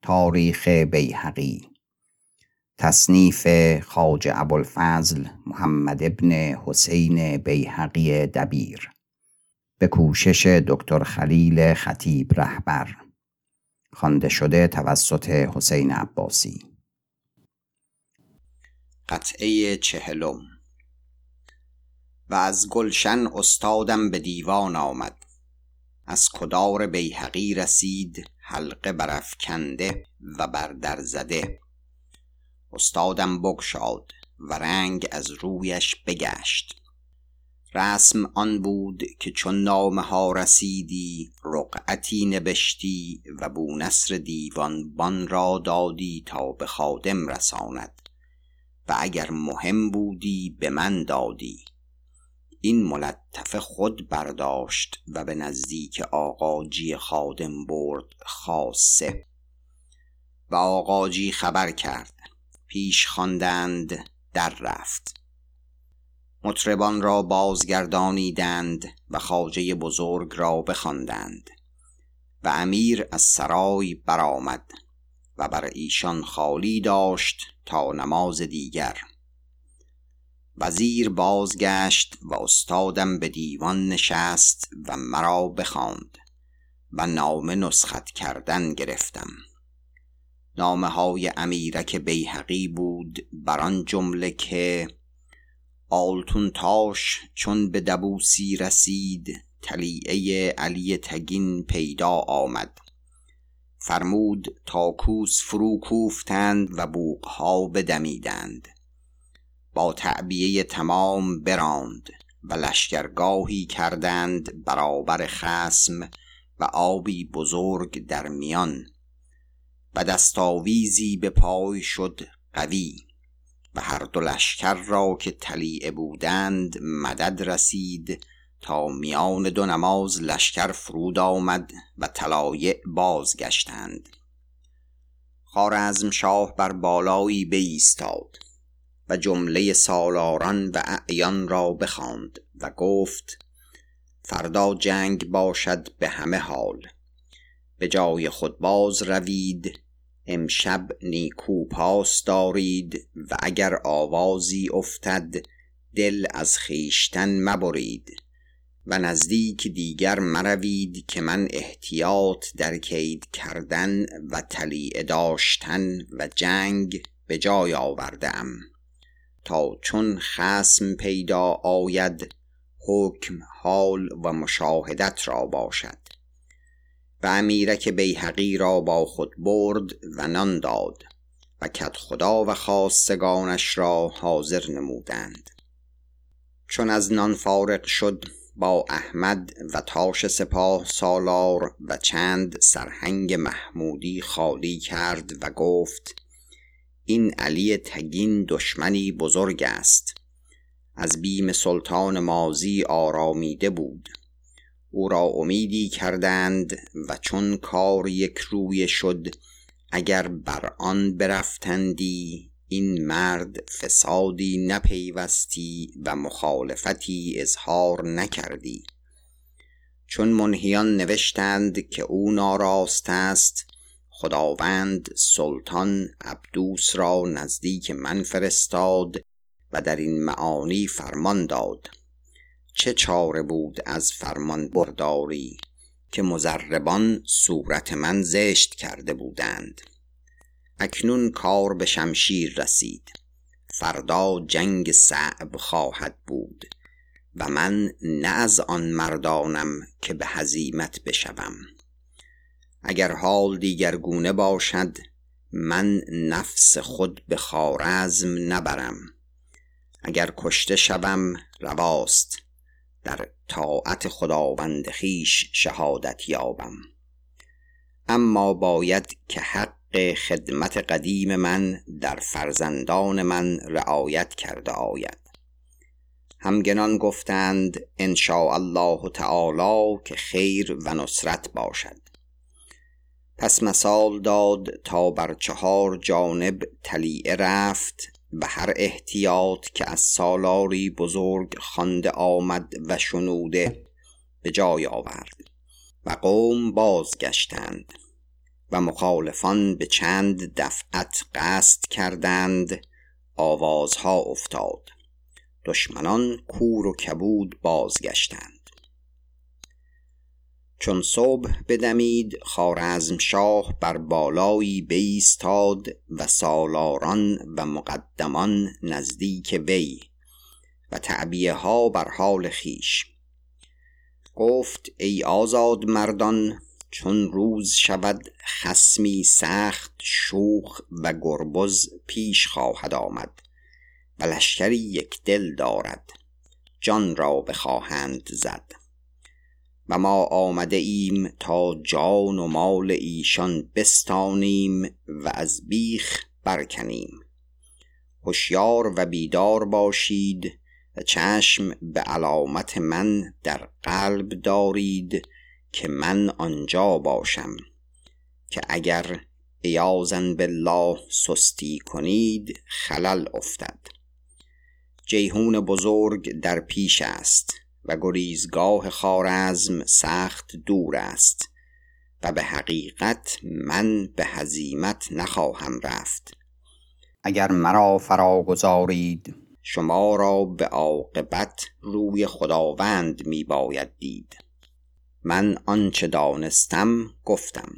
تاریخ بیهقی، تصنیف خواجه ابوالفضل محمد بن حسین بیهقی دبیر، به کوشش دکتر خلیل خطیب رهبر، خوانده شده توسط حسین عباسی. قطعه 40. و از گلشن استادم به دیوان آمد، از کدار بیهقی رسید حلقه برافکنده و بر در زده. استادم بگشاد و رنگ از رویش بگشت. رسم آن بود که چون نامه ها رسیدی رقعتی نبشتی و بونصر دیوان بان را دادی تا به خادم رساند و اگر مهم بودی به من دادی. این ملطفه خود برداشت و به نزدیک آقاجی خادم برد خاصه و آقاجی خبر کرد. پیش خواندند، در رفت. مطربان را بازگردانیدند و خواجه بزرگ را بخواندند و امیر از سرای برآمد و بر ایشان خالی داشت تا نماز دیگر. وزیر بازگشت و استادم به دیوان نشست و مرا بخواند و نامه نسخت کردن گرفتم. نامه های امیرک بیهقی بود، بران جمله که آلتون تاش چون به دبوسی رسید طلیعه علی تگین پیدا آمد. فرمود تا کوس فرو کوفتند و بوقها بدمیدند. با تعبیه تمام براند و لشکرگاهی کردند برابر خصم و آبی بزرگ در میان و دستاویزی به پای شد قوی و هر دو لشکر را که طلیعه بودند مدد رسید تا میان دو نماز لشکر فرود آمد و طلایع بازگشتند. خوارزمشاه بر بالایی بایستاد و جمله سالاران و اعیان را بخواند و گفت فردا جنگ باشد به همه حال. به جای خود باز روید، امشب نیکو پاس دارید و اگر آوازی افتد دل از خویشتن مبرید و نزدیک دیگر مروید که من احتیاط در کید کردن و طلیعه داشتن و جنگ به جای آورده ام تا چون خصم پیدا آید حکم حال و مشاهدت را باشد. و امیرک بیهقی را با خود برد و نان داد و کدخدا و خاصگانش را حاضر نمودند. چون از نان فارغ شد با احمد و تاش سپاه سالار و چند سرهنگ محمودی خالی کرد و گفت این علی تگین دشمنی بزرگ است. از بیم سلطان ماضی آرامیده بود. او را امیدی کردند و چون کار یک رویه شد اگر بر آن برفتندی این مرد فسادی نپیوستی و مخالفتی اظهار نکردی. چون منهیان نوشتند که او ناراست است، خداوند سلطان عبدوس را نزدیک من فرستاد و در این معانی فرمان داد. چه چاره بود از فرمان برداری که مضربان صورت من زشت کرده بودند. اکنون کار به شمشیر رسید، فردا جنگ صعب خواهد بود و من نه از آن مردانم که به هزیمت بشوم. اگر حال دیگرگونه باشد من نفس خود به خوارزم نبرم. اگر کشته شوم رواست، در طاعت خداوند خویش شهادت یابم. اما باید که حق خدمت قدیم من در فرزندان من رعایت کرده آید. همگنان گفتند ان شاء الله تعالی که خیر و نصرت باشد. پس مثال داد تا بر 4 جانب طلیعه رفت و هر احتیاط که از سالاری بزرگ خوانده آمد و شنوده به جای آورد و قوم بازگشتند و مخالفان به چند دفعت قصد کردند. آوازها افتاد، دشمنان کور و کبود بازگشتند. چون صبح بدمید، خوارزمشاه بر بالایی بایستاد و سالاران و مقدمان نزدیک وی و تعبیه ها بر حال خویش. گفت ای آزاد مردان، چون روز شود خصمی سخت شوخ و گربز پیش خواهد آمد و لشکری یک دل دارد، جان را بخواهند زد و ما آمده ایم تا جان و مال ایشان بستانیم و از بیخ برکنیم. هوشیار و بیدار باشید و چشم به علامت من در قلب دارید که من آنجا باشم که اگر عیاذا بالله سستی کنید خلل افتد. جیحون بزرگ در پیش است و گریزگاه خوارزم سخت دور است و به حقیقت من به هزیمت نخواهم رفت. اگر مرا فرا گذارید شما را به عاقبت روی خداوند می باید دید. من آنچه دانستم گفتم.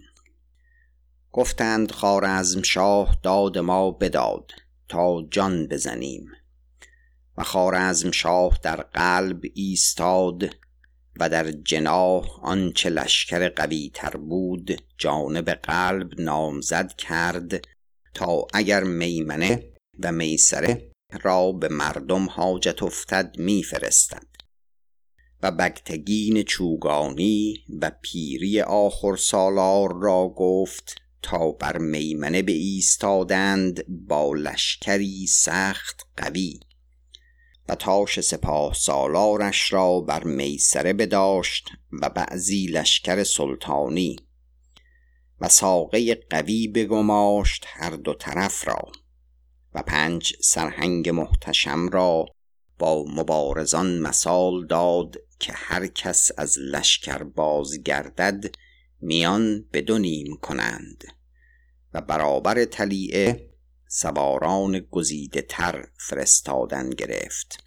گفتند خوارزمشاه داد ما بداد تا جان بزنیم. و خوارزمشاه در قلب ایستاد و در جناح آنچه لشکر قوی تر بود جانب قلب نامزد کرد تا اگر میمنه و میسره را به مردم حاجت افتد میفرستد. و بگتگین چوگانی و پیری آخر سالار را گفت تا بر میمنه بایستادند با لشکری سخت قوی و تاش سپاه سالارش را بر میسره بداشت و بعضی لشکر سلطانی و ساقه قوی بگماشت هر دو طرف را و 5 سرهنگ محتشم را با مبارزان مثال داد که هر کس از لشکر بازگردد میان به 2 نیم کنند و برابر طلیعه سواران گزیده تر فرستادن گرفت.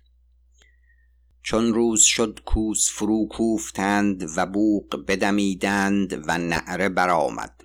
چون روز شد کوس فرو کوفتند و بوق بدمیدند و نعره برآمد.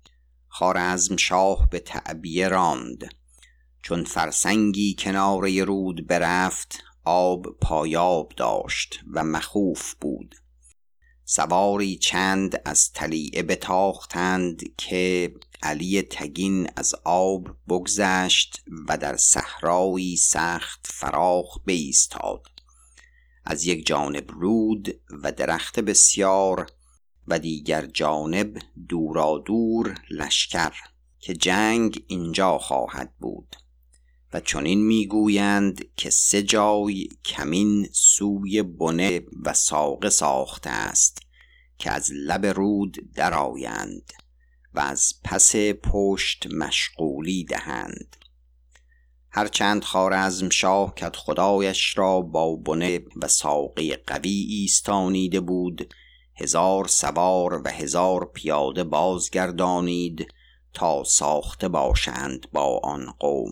خوارزمشاه به تعبیه راند. چون فرسنگی کناره رود برفت آب پایاب داشت و مخوف بود. سواری چند از طلیعه بتاختند که علی تگین از آب بگذشت و در صحرایی سخت فراخ بایستاد. از یک جانب رود و درخت بسیار و دیگر جانب دورادور لشکر که جنگ اینجا خواهد بود. و چنین میگویند که 3 جای کمین سوی بنه و ساقه ساخته است که از لب رود درآیند و از پس پشت مشغولی دهند. هرچند خوارزمشاه کدخدایش را با بنه و ساقه قوی ایستانیده بود 1000 سوار و 1000 پیاده بازگردانید تا ساخته باشند با آن قوم.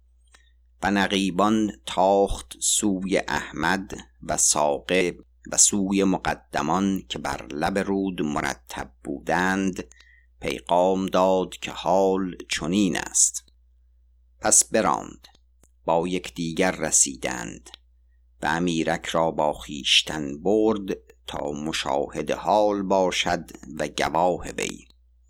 و نقیبان تاخت سوی احمد و ساقه و سوی مقدمان که بر لب رود مرتب بودند پیغام داد که حال چنین است. پس براند، با یکدیگر رسیدند و امیرک را با خویشتن برد تا مشاهد حال باشد و گواه وی.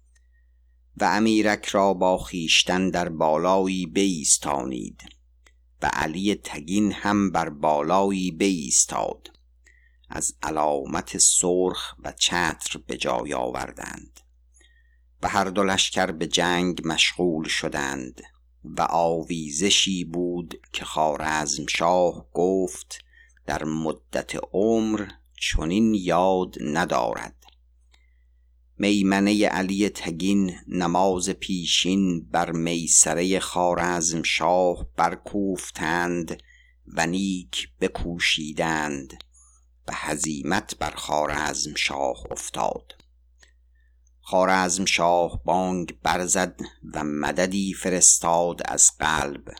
و امیرک را با خویشتن در بالایی بایستانید و علی تگین هم بر بالایی بایستاد. از علامت سرخ و چتر به جای آوردند و هر 2 لشکر به جنگ مشغول شدند. و آویزشی بود که خوارزمشاه گفت در مدت عمر چنین یاد ندارد. میمنه علی تگین نماز پیشین بر میسره خوارزمشاه برکوفتند و نیک بکوشیدند و هزیمت بر خوارزمشاه افتاد. خوارزمشاه بانگ برزد و مددی فرستاد از قلب.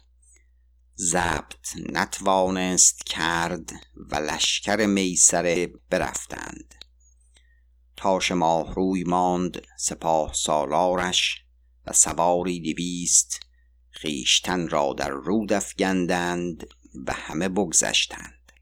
ضبط نتوانست کرد و لشکر میسره برفتند. تاش ماهروی ماند سپاه سالارش و سواری 200 خویشتن را در رود افگندند و همه بگذشتند.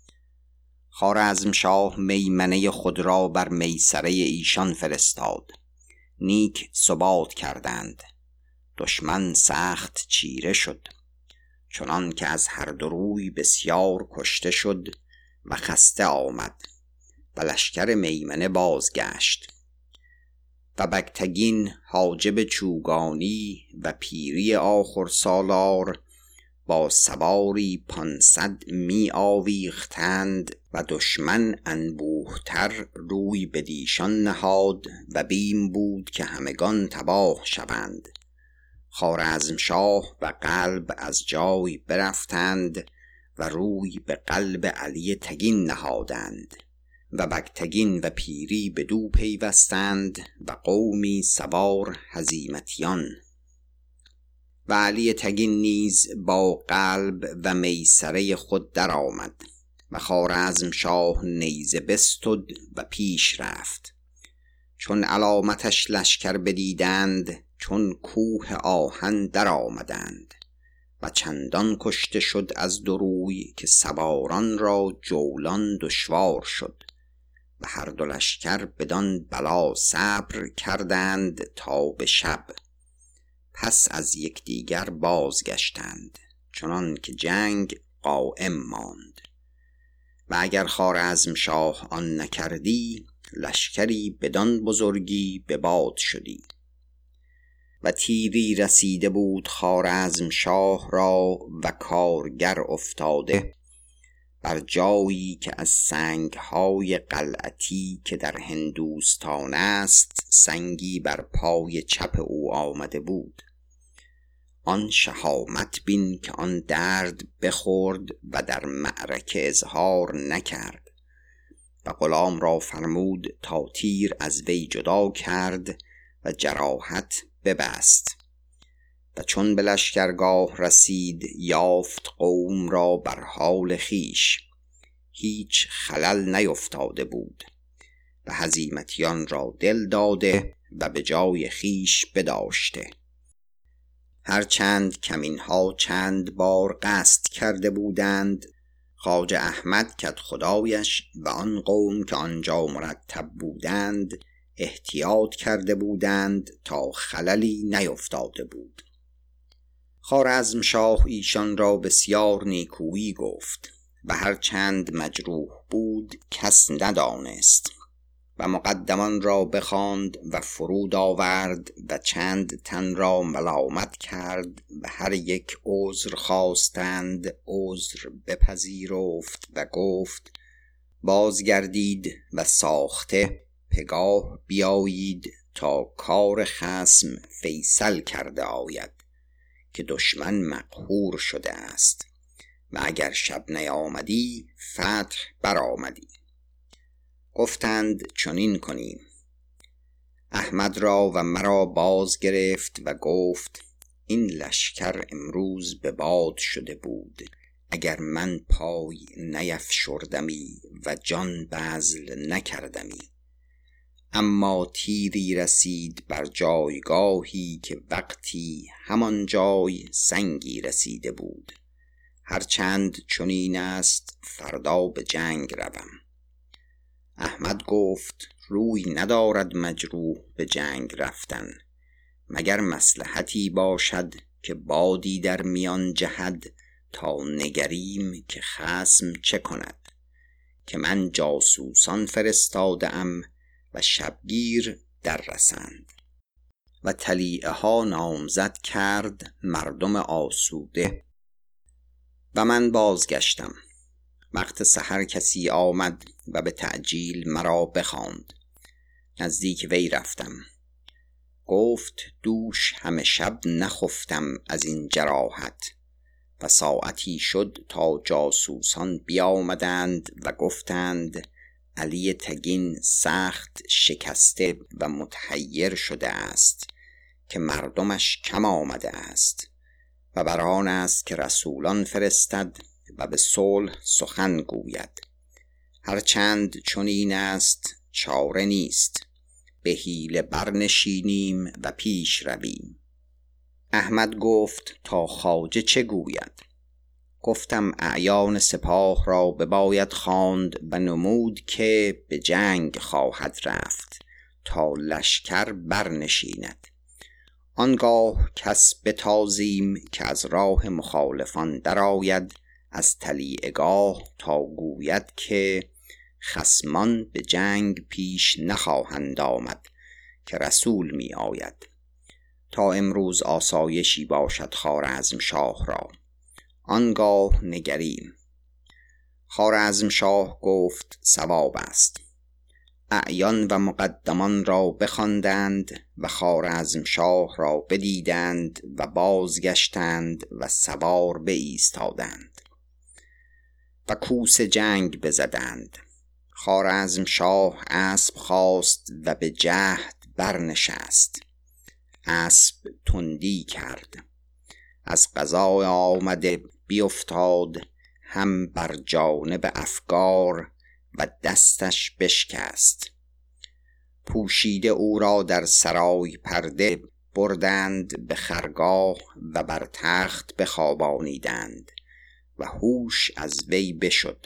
خوارزمشاه میمنه خود را بر میسره ایشان فرستاد. نیک ثبات کردند. دشمن سخت چیره شد، چنان که از هر دو روی بسیار کشته شد و خسته آمد و لشکر میمنه بازگشت. و بگتگین حاجب چوگانی و پیری آخور سالار با سواری 500 می آویختند و دشمن انبوهتر روی بدیشان نهاد و بیم بود که همگان تباه شوند. خوارزمشاه و قلب از جای برفتند و روی به قلب علی تگین نهادند و بگتگین و پیری بدو پیوستند و قومی سوار هزیمتیان. و علی تگین نیز با قلب و میسره خود در آمد و خوارزمشاه نیزه بستد و پیش رفت. چون علامتش لشکر بدیدند چون کوه آهن در آمدند و چندان کشته شد از دو روی که سواران را جولان دشوار شد و هر دو لشکر بدان بلا صبر کردند تا به شب. پس از یکدیگر بازگشتند چنان که جنگ قائم ماند. و اگر خوارزمشاه آن نکردی لشکری بدان بزرگی به باد شدی. و تیری رسیده بود خوارزمشاه را و کارگر افتاده بر جایی که از سنگهای قلعتی که در هندوستان است سنگی بر پای چپ او آمده بود. آن شهامت بین که آن درد بخورد و در معرکه اظهار نکرد و غلام را فرمود تا تیر از وی جدا کرد و جراحت ببست. و چون به لشکرگاه رسید یافت قوم را بر حال خیش، هیچ خلل نیفتاده بود و هزیمتیان را دل داده و به جای خیش بداشته. هرچند کمینها چند بار قصد کرده بودند، خواجه احمد کدخدایش و آن قوم که آنجا مرتب بودند احتیاط کرده بودند تا خللی نیفتاده بود. خوارزمشاه ایشان را بسیار نیکویی گفت و هرچند مجروح بود کس ندانست و مقدمان را بخواند و فرود آورد و چند تن را ملامت کرد و هر یک عذر خواستند. عذر بپذیرفت و گفت بازگردید و ساخته پگاه بیایید تا کار خصم فیصل کرده آید که دشمن مقهور شده است و اگر شب نیامدی فتح برآمدی. گفتند چنین کنیم. احمد را و مرا باز گرفت و گفت این لشکر امروز به باد شده بود اگر من پای نیفشردمی و جان بذل نکردمی. اما تیری رسید بر جایگاهی که وقتی همان جای سنگی رسیده بود. هرچند چنین است فردا به جنگ روم. احمد گفت روی ندارد مجروح به جنگ رفتن، مگر مصلحتی باشد که بادی در میان جهد تا نگریم که خصم چه کند، که من جاسوسان فرستاده ام و شبگیر در رسند. و طلیعه ها نامزد کرد مردم آسوده. و من بازگشتم. وقت سحر کسی آمد و به تعجیل مرا بخواند. نزدیک وی رفتم. گفت دوش همه شب نخفتم از این جراحت و ساعتی شد تا جاسوسان بیامدند و گفتند علی تگین سخت شکسته و متحیر شده است که مردمش کم آمده است و بر آن است که رسولان فرستد و به صلح سخن گوید. هرچند چنین است چاره نیست، به حیله برنشینیم و پیش رویم. احمد گفت تا خواجه چه گوید؟ گفتم اعیان سپاه را بباید خواند و نمود که به جنگ خواهد رفت تا لشکر برنشیند. آنگاه کس بتازیم که از راه مخالفان درآید از طلیعگاه تا گوید که خصمان به جنگ پیش نخواهند آمد که رسول می آید، تا امروز آسایشی باشد خوارزمشاه را، آنگاه نگریم. خوارزمشاه گفت صواب است. اعیان و مقدمان را بخواندند و خوارزمشاه را بدیدند و بازگشتند و سوار بایستادند و کوس جنگ بزدند. خوارزمشاه اسب خواست و به جهد برنشست. اسب تندی کرد، از قضا آمده بیفتاد هم بر جانب افگار و دستش بشکست. پوشیده او را در سرای پرده بردند به خرگاه و بر تخت بخوابانیدند و هوش از وی بشد.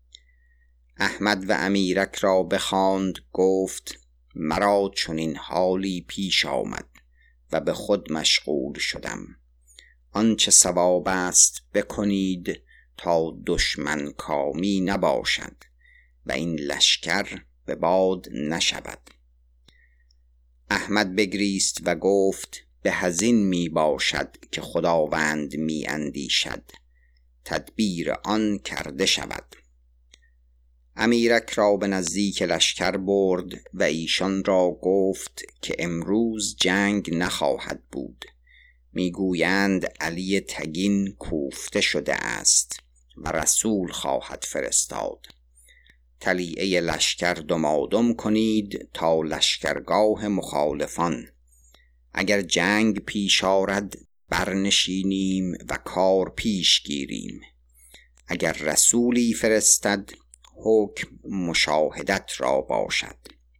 احمد و امیرک را بخواند، گفت مرا چنین حالی پیش آمد و به خود مشغول شدم. آنچه صواب است بکنید تا دشمن کامی نباشد و این لشکر به باد نشود. احمد بگریست و گفت به هزین می باشد که خداوند می اندیشد، تدبیر آن کرده شود. امیرک را به نزدیک لشکر برد و ایشان را گفت که امروز جنگ نخواهد بود. میگویند علی تگین کوفته شده است و رسول خواهد فرستاد. طلیعه لشکر دمادم کنید تا لشکرگاه مخالفان. اگر جنگ پیش آرد برنشینیم و کار پیش گیریم. اگر رسولی فرستد حکم مشاهدت را باشد.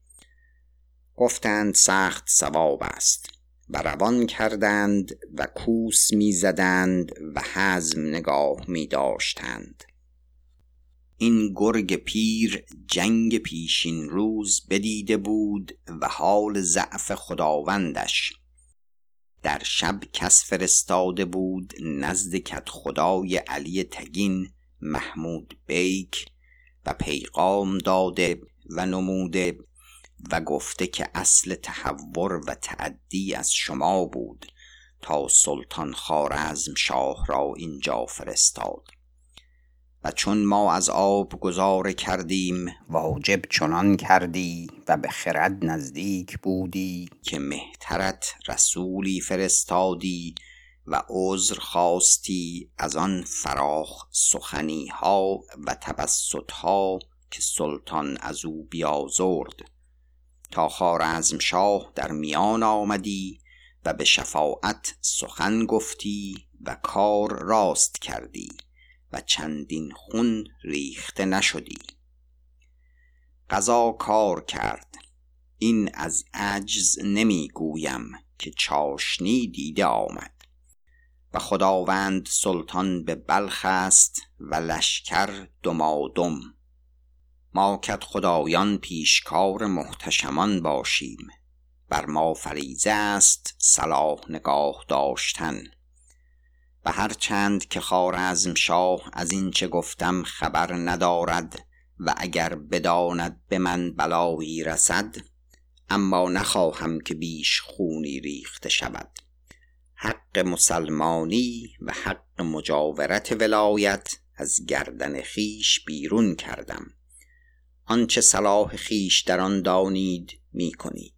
گفتند سخت صواب است و روان کردند و کوس می زدند و حزم نگاه می داشتند. این گرگ پیر جنگ پیشین روز بدیده بود و حال ضعف خداوندش. در شب کس فرستاده بود نزد کدخدای علی تگین محمود بیک و پیغام داده و نموده و گفته که اصل تهور و تعدی از شما بود تا سلطان خوارزمشاه را اینجا فرستاد و چون ما از آب گذار کردیم واجب چنان کردی و به خرد نزدیک بودی که مهترت رسولی فرستادی و عذر خواستی از آن فراخ سخنی ها و تبسط ها که سلطان از او بیازرد، تا خوارزمشاه در میان آمدی و به شفاعت سخن گفتی و کار راست کردی و چندین خون ریخته نشدی. قضا کار کرد. این از عجز نمی گویم که چاشنی دیده آمد و خداوند سلطان به بلخ است و لشکر دمادم. ما کدخدایان پیشکار محتشمان باشیم، بر ما فریضه است صلاح نگاه داشتن. و هر چند که خوارزمشاه از این چه گفتم خبر ندارد و اگر بداند به من بلایی رسد، اما نخواهم که بیش خونی ریخته شود. حق مسلمانی و حق مجاورت ولایت از گردن خیش بیرون کردم. آنچه صلاح خیش در آن دانید می کنید.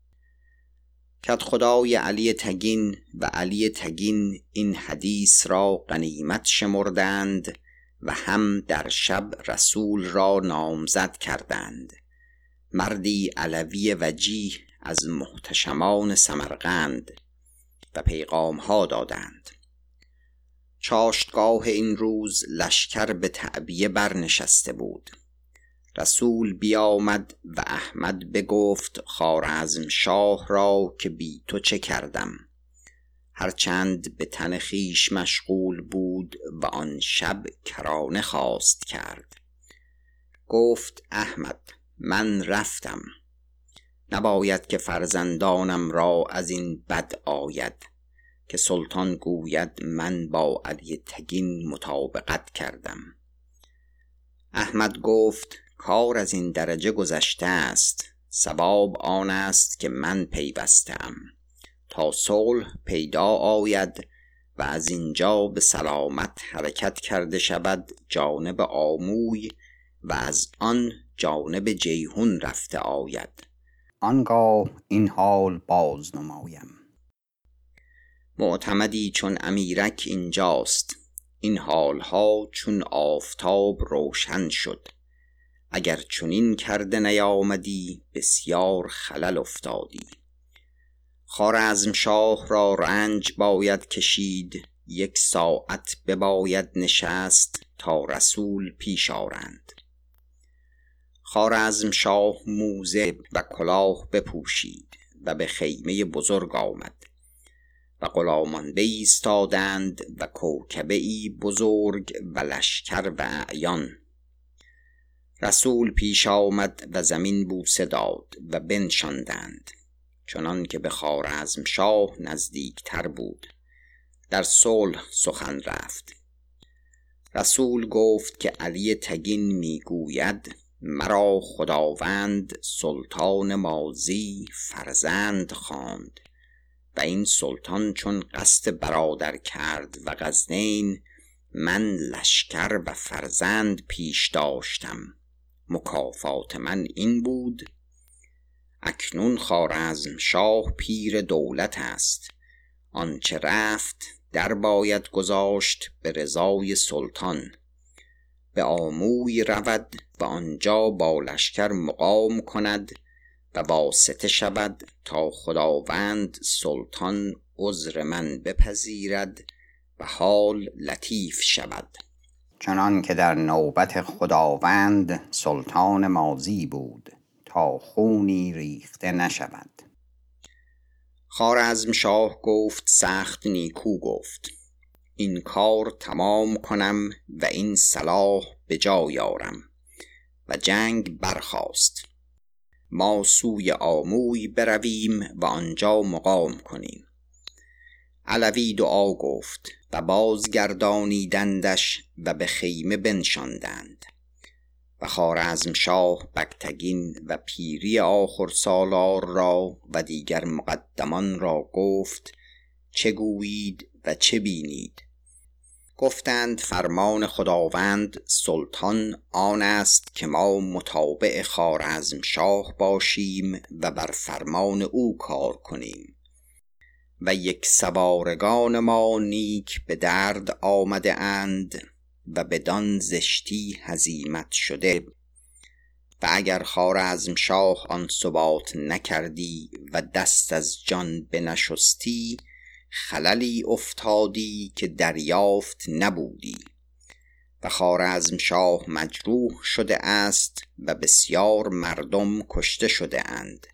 کدخدای علی تگین و علی تگین این حدیث را غنیمت شمردند و هم در شب رسول را نامزد کردند، مردی علوی وجیه از محتشمان سمرقند، و پیغام ها دادند. چاشتگاه این روز لشکر به تعبیه برنشسته بود. رسول بیامد و احمد بگفت خوارزمشاه را که بی تو چه کردم، هرچند به تن خویش مشغول بود و آن شب کرانه خواست کرد. گفت احمد من رفتم، نباید که فرزندانم را از این بد آید که سلطان گوید من با علی تگین مطابقت کردم. احمد گفت کار از این درجه گذشته است، صواب آن است که من پیوستم تا صلح پیدا آید و از اینجا به سلامت حرکت کرده شود جانب آموی و از آن جانب جیهون رفته آید، آنگاه این حال باز نمایم. معتمدی چون امیرک اینجاست، این حالها چون آفتاب روشن شد، اگر چنین کرده نیامدی بسیار خلل افتادی. خوارزمشاه را رنج باید کشید، 1 ساعت بباید نشست تا رسول پیش آرند. خوارزمشاه موزه و کلاه بپوشید و به خیمه بزرگ آمد و غلامان بایستادند و کوکبه ای بزرگ و لشکر و اعیان. رسول پیش آمد و زمین بوسه داد و بنشاندند، چنان که به خوارزمشاه نزدیک تر بود. در صلح سخن رفت. رسول گفت که علی تگین میگوید مرا خداوند سلطان ماضی فرزند خواند و این سلطان چون قصد برادر کرد و غزنین، من لشکر و فرزند پیش داشتم، مکافات من این بود. اکنون خوارزمشاه پیر دولت است، آنچه رفت در باید گذاشت به رضای سلطان. به آموی رود و آنجا با لشکر مقام کند و واسطه شود تا خداوند سلطان عذر من بپذیرد و حال لطیف شود، چنان که در نوبت خداوند سلطان ماضی بود تا خونی ریخته نشود. خوارزمشاه گفت سخت نیکو گفت، این کار تمام کنم و این صلاح به جای آرم. و جنگ برخاست. ما سوی آموی برویم و آنجا مقام کنیم. علوی دعا گفت و بازگردانیدندش و به خیمه بنشاندند. و خوارزمشاه بگتگین و پیری آخر سالار را و دیگر مقدمان را گفت چه گویید و چه بینید؟ گفتند فرمان خداوند سلطان آن است که ما متابع خوارزمشاه باشیم و بر فرمان او کار کنیم و 1 سوارگان ما نیک به درد آمده اند و بدان زشتی هزیمت شده. و اگر خوارزمشاه آن ثبات نکردی و دست از جان بنشستی، خللی افتادی که دریافت نبودی. و خوارزمشاه مجروح شده است و بسیار مردم کشته شده اند.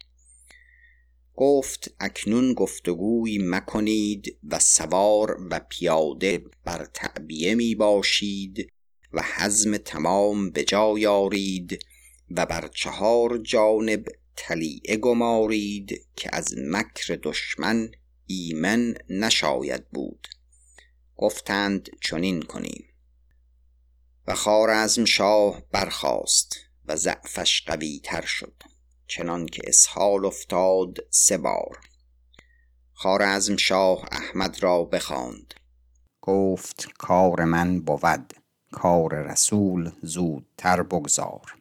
گفت اکنون گفتگوی مکنید و سوار و پیاده بر تعبیه می باشید و حزم تمام به جای آرید و بر 4 جانب طلیعه گمارید که از مکر دشمن ایمن نشاید بود. گفتند چنین کنیم. و خوارزمشاه برخاست و ضعفش قوی تر شد، چنان که اسهال افتاد 3 بار. خوارزمشاه احمد را بخواند. گفت کار من بود، کار رسول زودتر بگذار.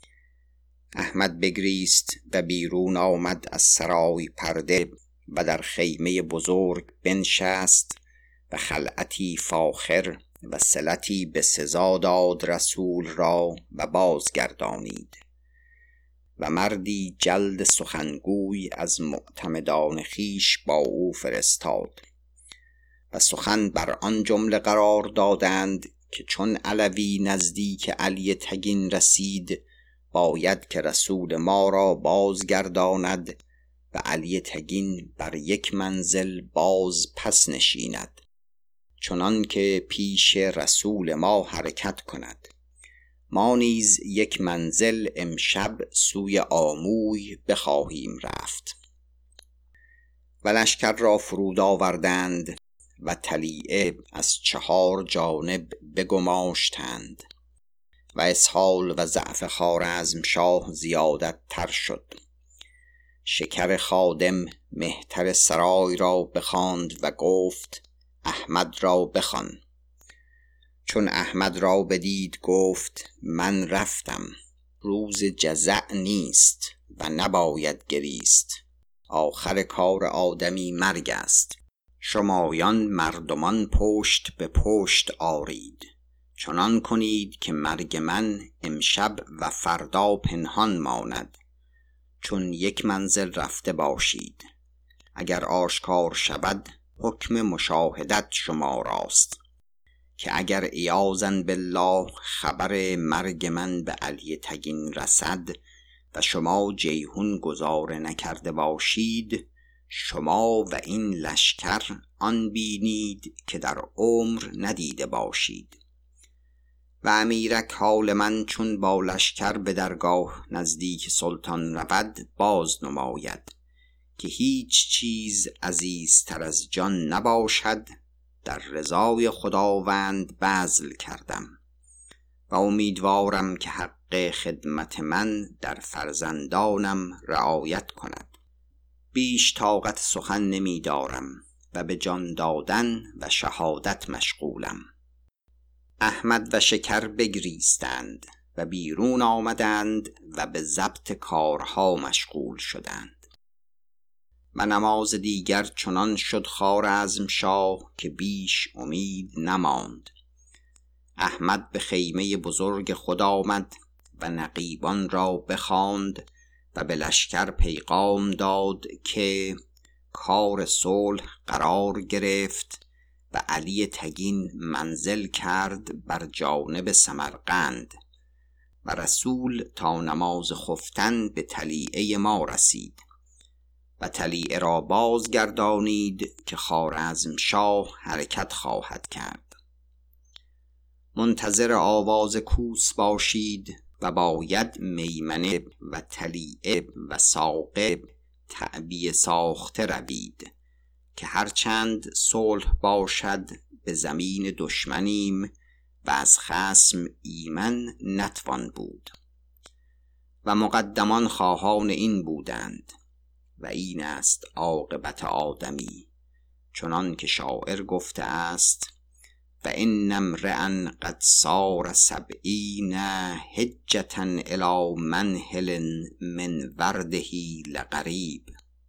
احمد بگریست و بیرون آمد از سرای پرده و در خیمه بزرگ بنشست و خلعتی فاخر و صلتی به سزا داد رسول را و بازگردانید. و مردی جلد سخنگوی از معتمدان خویش با او فرستاد و سخن بر آن جمله قرار دادند که چون علوی نزدیک علی تگین رسید باید که رسول ما را بازگرداند و علی تگین بر یک منزل باز پس نشیند، چنان که پیش رسول ما حرکت کند. ما نیز یک منزل امشب سوی آموی بخواهیم رفت. و لشکر را فرود آوردند و طلیعه از 4 جانب بگماشتند و اسهال و ضعف خوارزمشاه زیادت تر شد. شکر خادم مهتر سرای را بخواند و گفت احمد را بخوان. چون احمد را بدید گفت من رفتم، روز جزع نیست و نباید گریست، آخر کار آدمی مرگ است. شمایان مردمان پشت به پشت آرید، چنان کنید که مرگ من امشب و فردا پنهان ماند، چون یک منزل رفته باشید. اگر آشکار شود حکم مشاهدت شما راست، که اگر عیاذاً بالله خبر مرگ من به علی تگین رسد و شما جیحون گذار نکرده باشید، شما و این لشکر آن بینید که در عمر ندیده باشید. و امیرک حال من چون با لشکر به درگاه نزدیک سلطان رود باز نماید که هیچ چیز عزیزتر از جان نباشد. در رضای خداوند بذل کردم و امیدوارم که حق خدمت من در فرزندانم رعایت کند. بیش طاقت سخن نمی دارم و به جان دادن و شهادت مشغولم. احمد و شکر بگریستند و بیرون آمدند و به ضبط کارها مشغول شدند. و نماز دیگر چنان شد خوارزمشاه که بیش امید نماند. احمد به خیمه بزرگ خود آمد و نقیبان را بخواند و به لشکر پیغام داد که کار صلح قرار گرفت و علی تگین منزل کرد بر جانب سمرقند و رسول تا نماز خفتن به طلیعه ما رسید و طلیعه را بازگردانید که خوارزمشاه حرکت خواهد کرد. منتظر آواز کوس باشید و باید میمنه و طلیعه و ساقه تعبیه ساخته روید که هرچند صلح باشد به زمین دشمنیم و از خصم ایمن نتوان بود. و مقدمان خواهان این بودند و این است عاقبت آدمی، چنان که شاعر گفته است و ان امرئا قد سار 70 حجة الی منهل من ورده لقریب.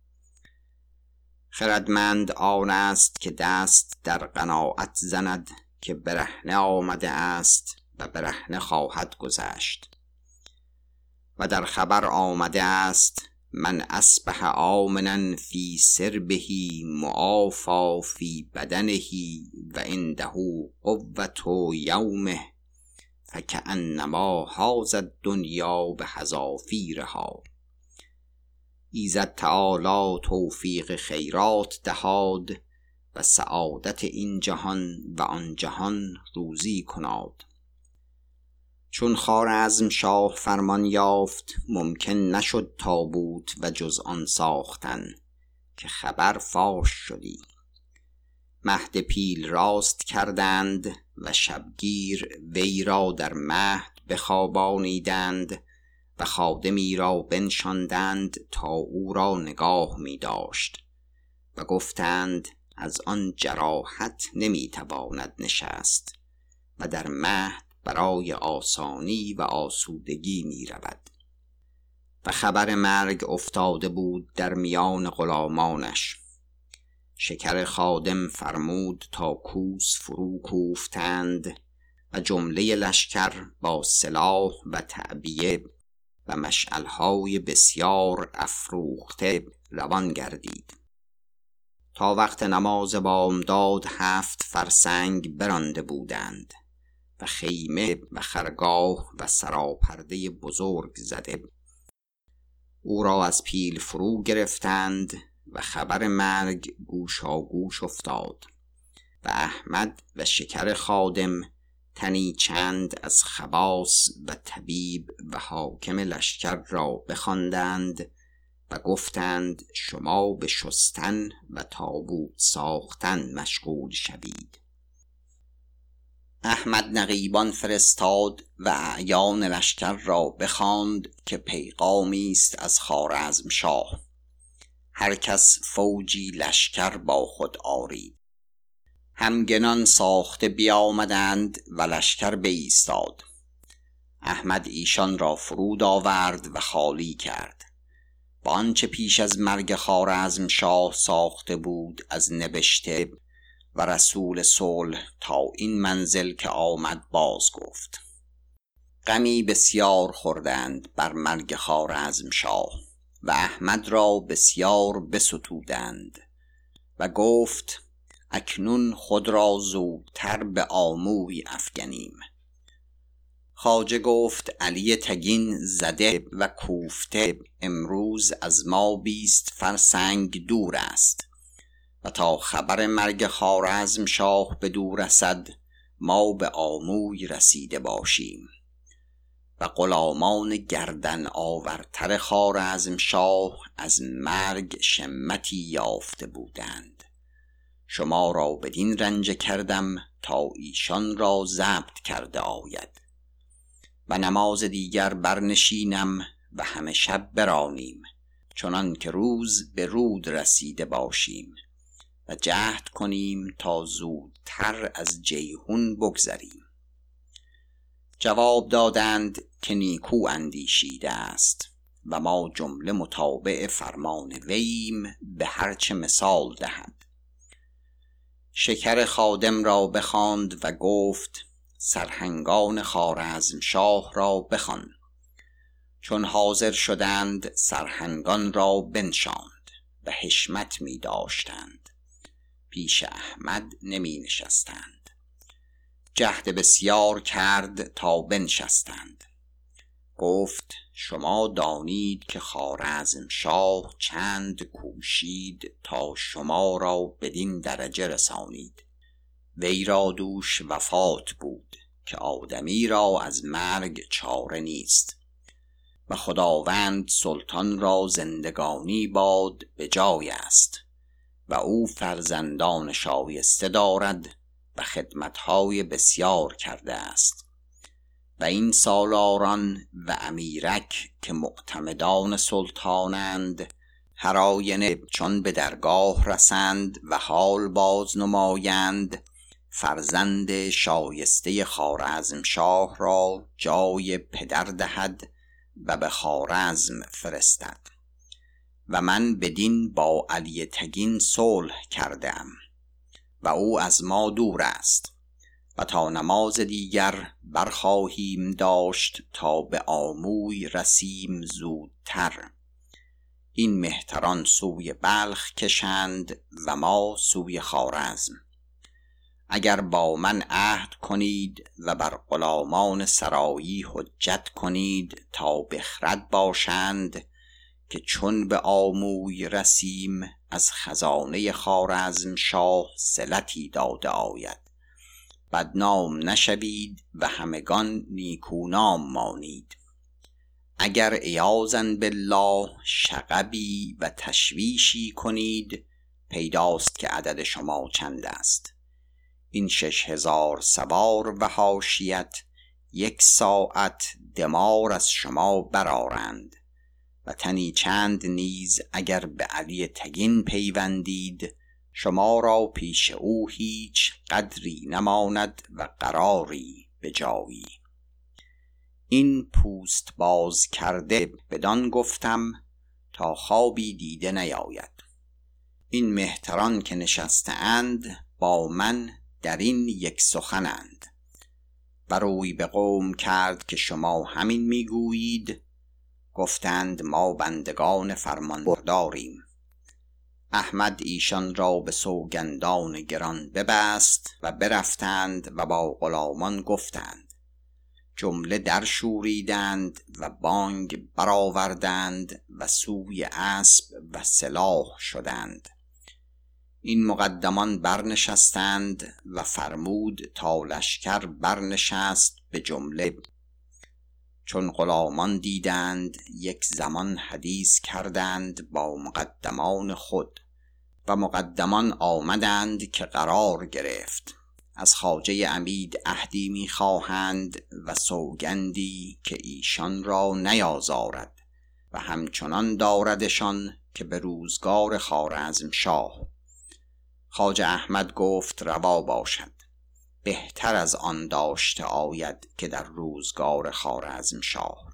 خردمند آن است که دست در قناعت زند که برهنه آمده است و برهنه خواهد گذشت. و در خبر آمده است من اصبح آمنا فی سربه معافی فی بدنه و عنده قوة یومه فکأنما حاز الدنیا بحذافیرها. ایزد تعالی توفیق خیرات دهاد و سعادت این جهان و آن جهان روزی کناد. چون خوارزمشاه فرمان یافت ممکن نشد تابوت و جز آن ساختن که خبر فاش شدی. مهد پیل راست کردند و شبگیر وی را در مهد بخوابانیدند و خادمی را بنشاندند تا او را نگاه می داشت و گفتند از آن جراحت نمی تواند نشست و در مهد برای آسانی و آسودگی می رود. و خبر مرگ افتاده بود در میان غلامانش شکر خادم فرمود تا کوس فرو کوفتند و جمله لشکر با سلاح و تعبیه و مشعلهای بسیار افروخته روان گردید. تا وقت نماز بامداد 7 فرسنگ برانده بودند و خیمه و خرگاه و سراپرده بزرگ زده. او را از پیل فرو گرفتند و خبر مرگ گوشاگوش افتاد و احمد و شکر خادم تنی چند از خواص و طبیب و حاکم لشکر را بخواندند و گفتند شما به شستن و تابوت ساختن مشغول شوید. احمد نقیبان فرستاد و اعیان لشکر را بخواند که پیغامی است از خوارزمشاه. هر کس فوجی لشکر با خود آرید. همگنان ساخته بیامدند و لشکر بایستاد. احمد ایشان را فرود آورد و خالی کرد. با آنچه پیش از مرگ خوارزمشاه ساخته بود از نبشته و رسول صلح تا این منزل که آمد باز گفت. غمی بسیار خوردند بر مرگ خوارزمشاه و احمد را بسیار بستودند و گفت اکنون خود را زودتر به آموی افگنیم. خواجه گفت علی تگین زده و کوفته امروز از ما 20 فرسنگ دور است و تا خبر مرگ خوارزمشاه بدو رسد ما به آموی رسیده باشیم. و غلامان گردن آورتر خوارزمشاه از مرگ شمتی یافته بودند. شما را بدین رنج کردم تا ایشان را ضبط کرده آید و نماز دیگر برنشینم و همه شب برانیم چنان که روز به رود رسیده باشیم و جهد کنیم تا زودتر از جیحون بگذریم. جواب دادند که نیکو اندیشیده است و ما جمله متابع فرمان وییم به هرچه مثال دهد. شکر خادم را بخواند و گفت سرهنگان خوارزمشاه را بخوان. چون حاضر شدند سرهنگان را بنشاند و حشمت می داشتند. پیش احمد نمی نشستند. جهد بسیار کرد تا بنشستند. گفت شما دانید که خوارزمشاه چند کوشید تا شما را بدین درجه رسانید. وی را دوش وفات بود که آدمی را از مرگ چاره نیست و خداوند سلطان را زندگانی باد به جای است و او فرزندان شایسته دارد و خدمتهای بسیار کرده است و این سالاران و امیرک که معتمدان سلطانند هر آینه چون به درگاه رسند و حال باز نمایند فرزند شایسته خوارزمشاه را جای پدر دهد و به خوارزم فرستد و من بدین با علی تگین صلح کردم و او از ما دور است و تا نماز دیگر برخواهیم داشت تا به آموی رسیم زودتر. این مهتران سوی بلخ کشند و ما سوی خوارزم. اگر با من عهد کنید و بر غلامان سرایی حجت کنید تا بخرد باشند که چون به آموی رسیم از خزانه خوارزمشاه صلتی داده آید، بدنام نشوید و همگان نیکونام مانید. اگر عیاذاً بالله شغبی و تشویشی کنید پیداست که عدد شما چند است. این 6000 سوار و حاشیت 1 ساعت دمار از شما برآرند و تنی چند نیز اگر به علی تگین پیوندید شما را پیش او هیچ قدری نماند و قراری به جایی. این پوست باز کرده بدان گفتم تا خوابی دیده نیاید. این مهتران که نشسته اند با من در این یک سخنند. و روی به قوم کرد که شما همین میگویید؟ گفتند ما بندگان فرمان برداریم. احمد ایشان را به سوگندان گران ببست و برفتند و با غلامان گفتند. جمله در شوریدند و بانگ برآوردند و سوی اسب و سلاح شدند. این مقدمان برنشستند و فرمود تا لشکر برنشست به جمله. چون غلامان دیدند یک زمان حدیث کردند با مقدمان خود و مقدمان آمدند که قرار گرفت. از خواجه عمید عهدی می‌خواهند و سوگندی که ایشان را نیازارد و همچنان داردشان که به روزگار خوارزمشاه. خواجه احمد گفت روا باشد، بهتر از آن داشته آید که در روزگار خوارزمشاه.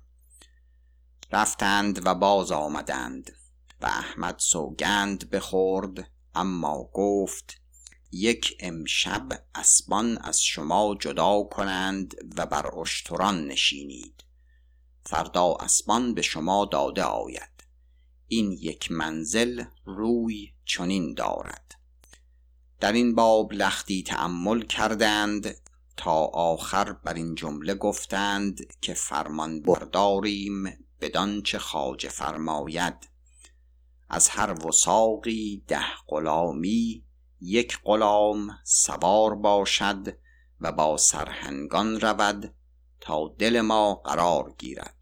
رفتند و باز آمدند و احمد سوگند بخورد، اما گفت یک امشب اسبان از شما جدا کنند و بر اشتران نشینید. فردا اسبان به شما داده آید. این یک منزل روی چنین دارد. در این باب لختی تأمل کردند تا آخر بر این جمله گفتند که فرمان برداریم بدانچه خواجه فرماید. از هر وثاقی 10 غلامی 1 غلام سوار باشد و با سرهنگان رود تا دل ما قرار گیرد.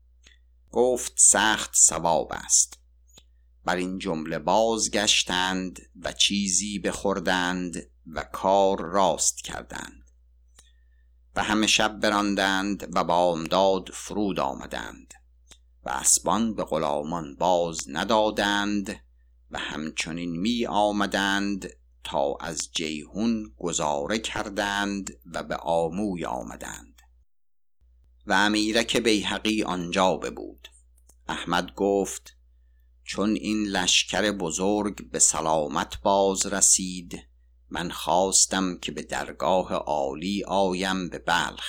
گفت سخت ثواب است. بر این جمله بازگشتند و چیزی بخوردند و کار راست کردند و همه شب براندند و بامداد فرود آمدند و اسبان به غلامان باز ندادند و همچنین می آمدند تا از جیحون گذاره کردند و به آموی آمدند و امیرک بیهقی آنجا ببود. احمد گفت چون این لشکر بزرگ به سلامت باز رسید، من خواستم که به درگاه عالی آیم به بلخ،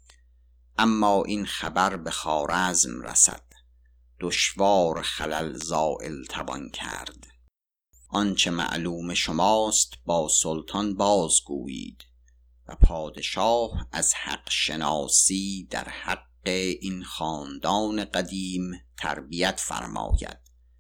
اما این خبر به خوارزم رسد. دشوار خلل زائل توان کرد. آنچه معلوم شماست با سلطان بازگویید و پادشاه از حق شناسی در حق این خاندان قدیم تربیت فرماید.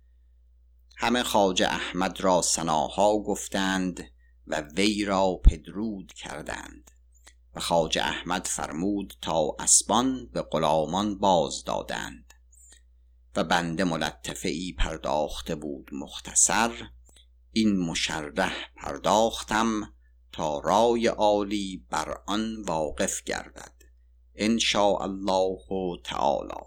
همه خواجه احمد را ثناها گفتند و وی را پدرود کردند و خواجه احمد فرمود تا اسبان به غلامان باز دادند و بنده ملطفه ای پرداخته بود مختصر. این مشرح پرداختم تا رای عالی بر آن واقف گردد ان شاء الله تعالی.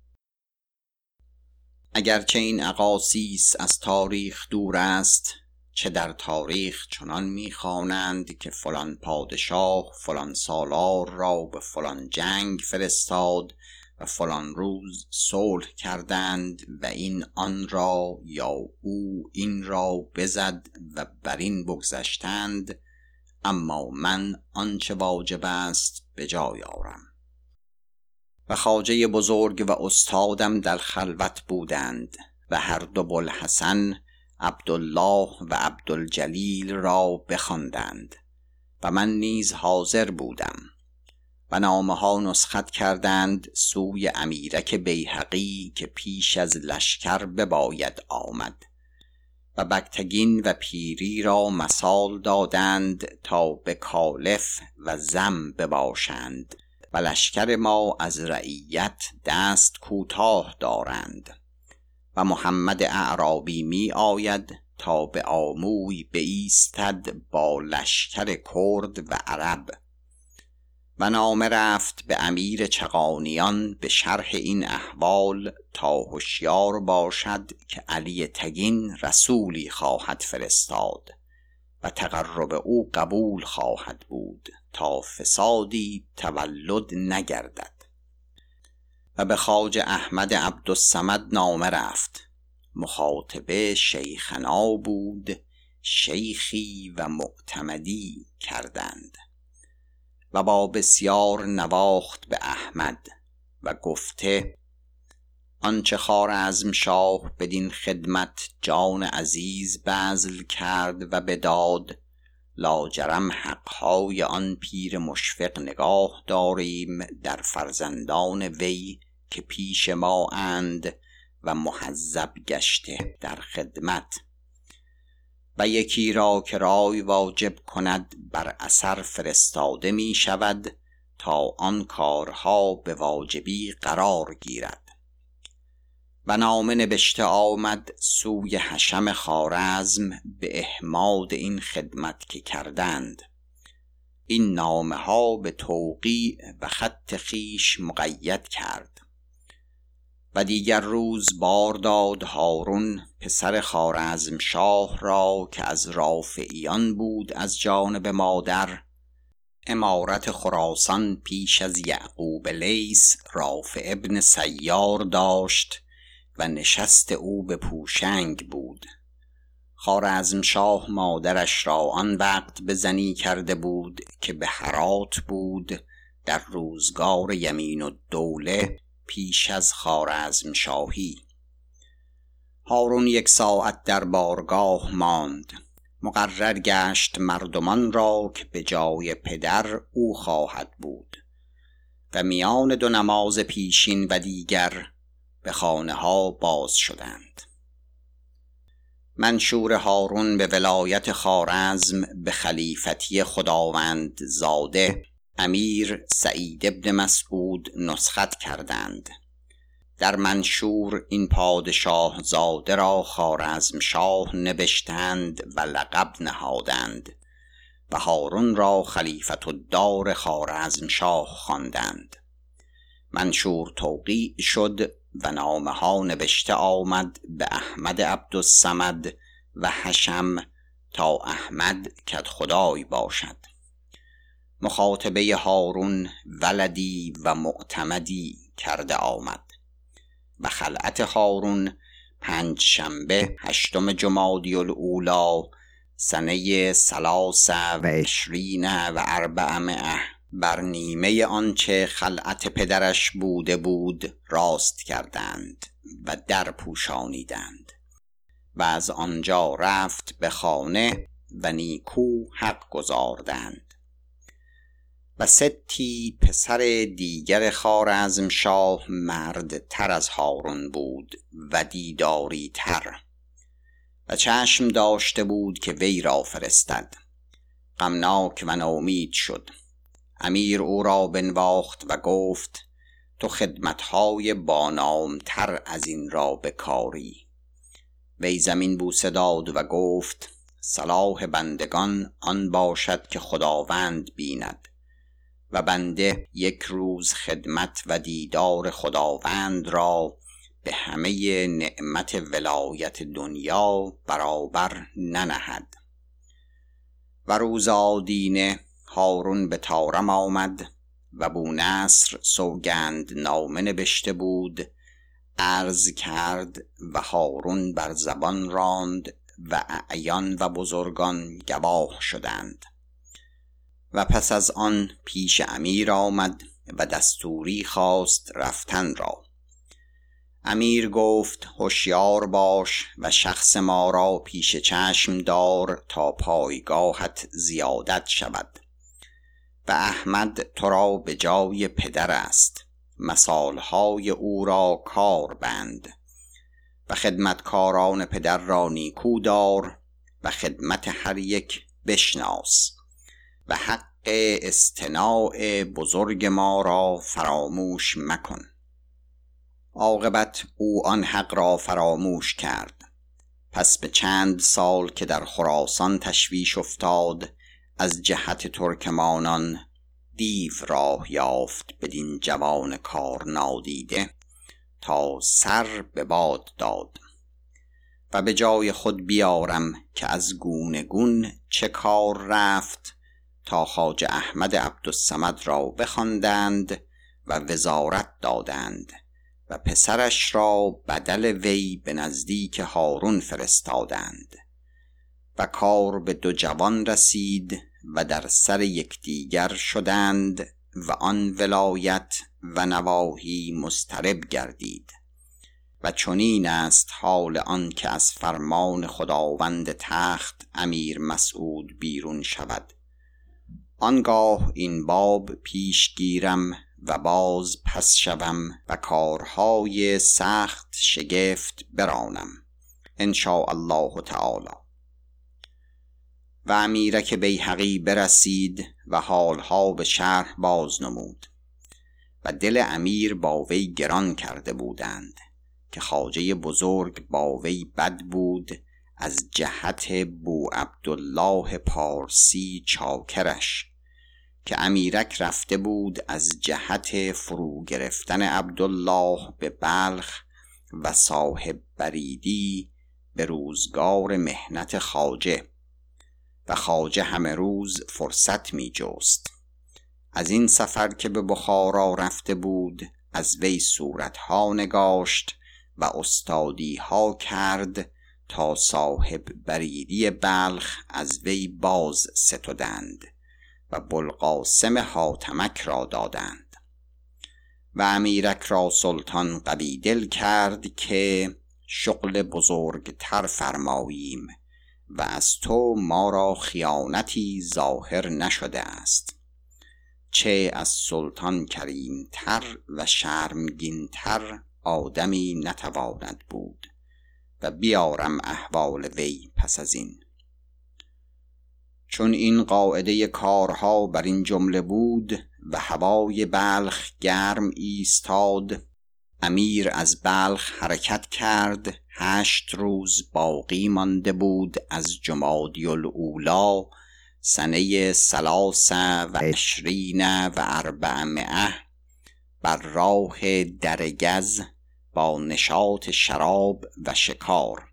اگرچه این اقاصیص از تاریخ دور است، چه در تاریخ چنان می‌خوانند که فلان پادشاه فلان سالار را به فلان جنگ فرستاد و فلان روز صلح کردند و این آن را یا او این را بزد و بر این بگذشتند، اما من آنچه واجب است به جای آورم. و خواجه بزرگ و استادم در خلوت بودند و هر دو بوالحسن عبدالله و عبدالجلیل را بخواندند و من نیز حاضر بودم و نامه ها نسخت کردند سوی امیرک بیهقی که پیش از لشکر بباید آمد و بگتگین و پیری را مثال دادند تا به کالف و زم بباشند و لشکر ما از رعیت دست کوتاه دارند و محمد اعرابی می آید تا به آموی بایستد با لشکر کرد و عرب. و نامه رفت به امیر چغانیان به شرح این احوال تا هوشیار باشد که علی تگین رسولی خواهد فرستاد و تقرب او قبول خواهد بود تا فسادی تولد نگردد. و به خواجه احمد عبدالصمد نامه رفت. مخاطبه شیخنا بود شیخی و معتمدی کردند. و با بسیار نواخت به احمد و گفته: آنچه خوارزمشاه بدین خدمت جان عزیز بذل کرد و بداد، لاجرم حقهای آن پیر مشفق نگاه داریم در فرزندان وی که پیش ما اند و مهذب گشته در خدمت. و یکی را که رای واجب کند بر اثر فرستاده می شود تا آن کارها به واجبی قرار گیرد. و نامه نبشته آمد سوی حشم خوارزم به احماد این خدمت که کردند. این نامه ها به توقیع و خط خویش مقید کرد. و دیگر روز بار داد هارون پسر خوارزمشاه را که از رافعیان بود از جانب مادر، امارت خراسان پیش از یعقوب لیث رافع ابن سیار داشت و نشست او به پوشنگ بود. خوارزمشاه مادرش را آن وقت به زنی کرده بود که به هرات بود در روزگار یمین الدوله پیش از خوارزمشاهی. هارون 1 ساعت در بارگاه ماند. مقرر گشت مردمان را که به جای پدر او خواهد بود و میان 2 نماز پیشین و دیگر به خانه ها باز شدند. منشور هارون به ولایت خوارزم به خلیفتی خداوند زاده امیر سعید ابن مسعود نسخت کردند. در منشور این پادشاه زاده را خوارزمشاه نبشتند و لقب نهادند و هارون را خلیفت الدار خوارزمشاه خواندند. منشور توقیع شد و نامه ها نوشته آمد به احمد عبدالصمد و حشم تا احمد کدخدای باشد. مخاطبه هارون ولدی و معتمدی کرده آمد. و خلعت هارون 5 شنبه 8 جمادی الاولی سنه 23 و 400 بر نیمه آنچه خلعت پدرش بوده بود راست کردند و در پوشانیدند و از آنجا رفت به خانه و نیکو حق گزاردند. و 3 پسر دیگر خوارزمشاه مرد تر از هارون بود و دیداری تر و چشم داشته بود که وی را فرستد. غمناک و ناامید شد. امیر او را بنواخت و گفت: تو خدمتهای بانام تر از این را بکاری. وی زمین بوسه داد و گفت: صلاح بندگان آن باشد که خداوند بیند و بنده 1 روز خدمت و دیدار خداوند را به همه نعمت ولایت دنیا برابر ننهد. و روز آدینه هارون به طارم آمد و بونصر سوگند نامه نبشته بود، عرض کرد و هارون بر زبان راند و اعیان و بزرگان گواه شدند. و پس از آن پیش امیر آمد و دستوری خواست رفتن را. امیر گفت: هوشیار باش و شخص ما را پیش چشم دار تا پایگاهت زیادت شود. و احمد تو را به جای پدر است، مثالهای او را کار بند و خدمتکاران پدر را نیکو دار و خدمت هر یک بشناس و حق استناع بزرگ ما را فراموش مکن. عاقبت او آن حق را فراموش کرد. پس به چند سال که در خراسان تشویش افتاد از جهت ترکمانان، دیو راه یافت بدین جوان کار نادیده تا سر به باد داد. و به جای خود بیارم که از گونه گون چه کار رفت تا خواجه احمد عبدالصمد را بخواندند و وزارت دادند و پسرش را بدل وی به نزدیک هارون فرستادند و کار به دو جوان رسید و در سر یکدیگر شدند و آن ولایت و نواحی مضطرب گردید. و چنین است حال آن که از فرمان خداوند تخت امیر مسعود بیرون شود. آنگاه این باب پیش گیرم و باز پس شوم و کارهای سخت شگفت برانم ان شاء الله تعالی. و امیرک بیهقی برسید و حالها به شرح باز نمود و دل امیر با وی گران کرده بودند که خواجه بزرگ با وی بد بود از جهت بو عبدالله پارسی چاکرش، که امیرک رفته بود از جهت فرو گرفتن عبدالله به بلخ و صاحب بریدی به روزگار محنت خواجه و خواجه همه روز فرصت می جست. از این سفر که به بخارا رفته بود از وی صورتها نگاشت و استادیها کرد تا صاحب بریدی بلخ از وی باز ستدند و بوالقاسم حاتمک را دادند. و امیرک را سلطان قوی دل کرد که شغل بزرگتر فرماییم و از تو ما را خیانتی ظاهر نشده است، چه از سلطان کریمتر و شرمگینتر آدمی نتواند بود و بیارم احوال وی پس از این. چون این قاعده کارها بر این جمله بود و هوای بلخ گرم ایستاد، امیر از بلخ حرکت کرد. 8 روز باقی مانده بود از جمادی الاولی سنه 23 و 400 بر راه درگز با نشاط شراب و شکار.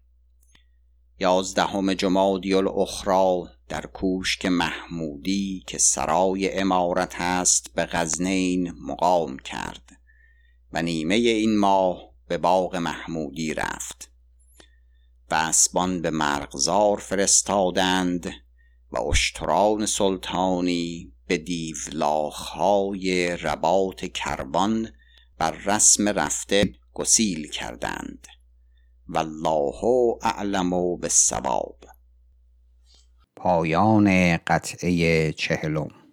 11 جمادی الاخری در کوشک محمودی که سرای امارت است به غزنین مقام کرد و نیمه این ماه به باغ محمودی رفت و اسبان به مرغزار فرستادند و اشتران سلطانی به دیولاخهای رباط کربان بر رسم رفته گسیل کردند. والله اعلم بالصواب. پایان قطعه 40.